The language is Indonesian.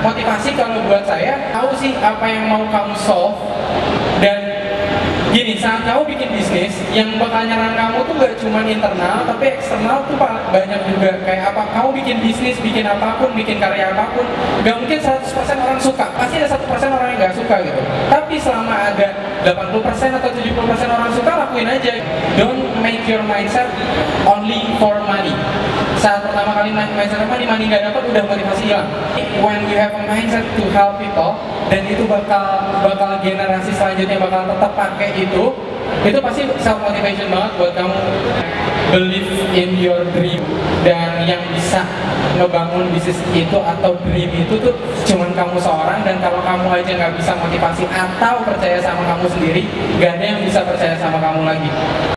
motivasi kalau buat saya, tahu sih apa yang mau kamu solve. Dan gini, saat kamu bikin bisnis, yang bakal nyerang kamu tuh gak cuma internal, tapi eksternal tuh banyak juga. Kayak apa, kamu bikin bisnis, bikin apapun, bikin karya apapun, gak mungkin 100% orang suka, pasti ada 1% orang yang gak suka gitu. Tapi selama ada 80% atau 70% orang suka, lakuin aja. Don't make your mindset only for money. Saat pertama kali mindset money gak dapat, udah motivasi hilang. When you have a mindset to help people, dan itu bakal generasi selanjutnya bakal tetap pakai itu pasti self motivation banget buat kamu. Believe in your dream, dan yang bisa ngebangun bisnis itu atau dream itu tuh cuman kamu seorang. Dan kalau kamu aja nggak bisa motivasi atau percaya sama kamu sendiri, gak ada yang bisa percaya sama kamu lagi.